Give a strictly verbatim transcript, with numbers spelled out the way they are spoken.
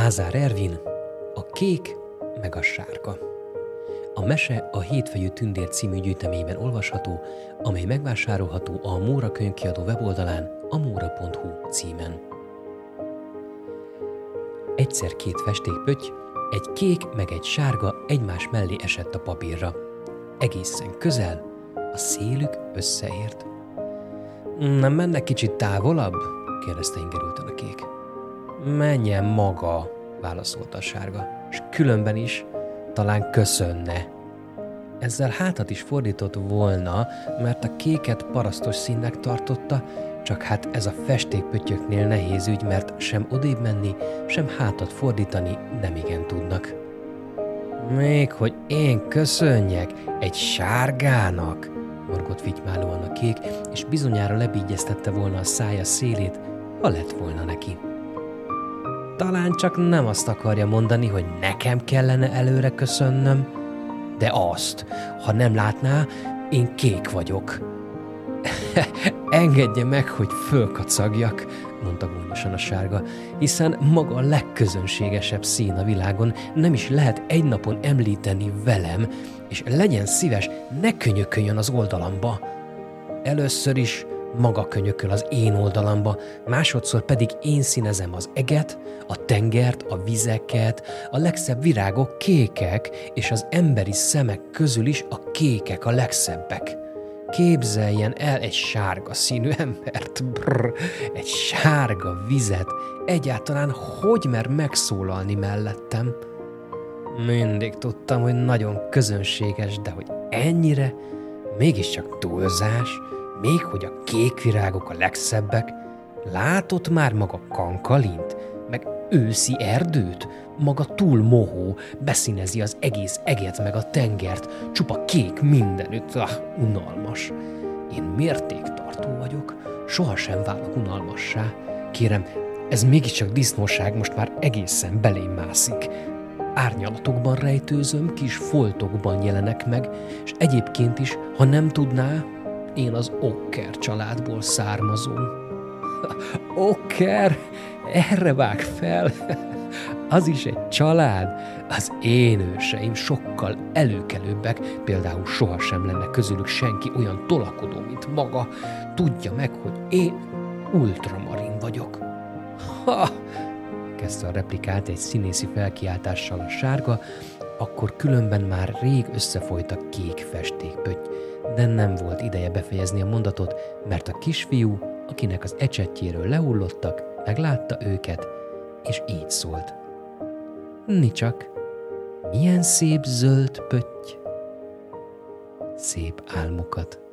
Lázár Ervin, a kék meg a sárga. A mese a Hétfejű tündér című gyűjteményben olvasható, amely megvásárolható a Móra könyvkiadó weboldalán a móra pont hu címen. Egyszer két festékpötty, egy kék meg egy sárga egymás mellé esett a papírra. Egészen közel, a szélük összeért. Nem mennek kicsit távolabb? kérdezte ingerülten a kék. Menjen maga, válaszolta a sárga, és különben is talán köszönne. Ezzel hátat is fordított volna, mert a kéket parasztos színnek tartotta, csak hát ez a festékpöttyöknél nehéz ügy, mert sem odébb menni, sem hátat fordítani nem igen tudnak. Még hogy én köszönjek egy sárgának, morgott vitymálóan a kék, és bizonyára lebígyeztette volna a szája szélét, ha lett volna neki. Talán csak nem azt akarja mondani, hogy nekem kellene előre köszönnöm, de azt, ha nem látná, én kék vagyok. Engedje meg, hogy fölkacagjak, mondta gúnyosan a sárga, hiszen maga a legközönségesebb szín a világon, nem is lehet egy napon említeni velem, és legyen szíves, ne könyököljön az oldalamba. Először is maga könyököl az én oldalamba, másodszor pedig én színezem az eget, a tengert, a vizeket, a legszebb virágok kékek, és az emberi szemek közül is a kékek a legszebbek. Képzeljen el egy sárga színű embert, brr, egy sárga vizet, egyáltalán hogy mer megszólalni mellettem? Mindig tudtam, hogy nagyon közönséges, de hogy ennyire, mégiscsak túlzás, még hogy a kék virágok a legszebbek. Látott már maga kankalint, meg őszi erdőt? Maga túl mohó, beszínezi az egész eget meg a tengert, csupa kék mindenütt, ah, unalmas. Én mértéktartó vagyok, sohasem válok unalmassá. Kérem, ez mégiscsak disznóság, most már egészen belém mászik. Árnyalatokban rejtőzöm, kis foltokban jelenek meg, és egyébként is, ha nem tudná, én az Okker családból származom. Okker? Erre vág fel? Az is egy család? Az én őseim sokkal előkelőbbek, például sohasem lenne közülük senki olyan tolakodó, mint maga. Tudja meg, hogy én ultramarin vagyok. Ha! Kezdte a replikát egy színészi felkiáltással a sárga, akkor különben már rég összefolyt a kék festékpötty, de nem volt ideje befejezni a mondatot, mert a kisfiú, akinek az ecsettjéről lehullottak, meglátta őket, és így szólt. Nicsak, milyen szép zöld pötty. Szép álmokat.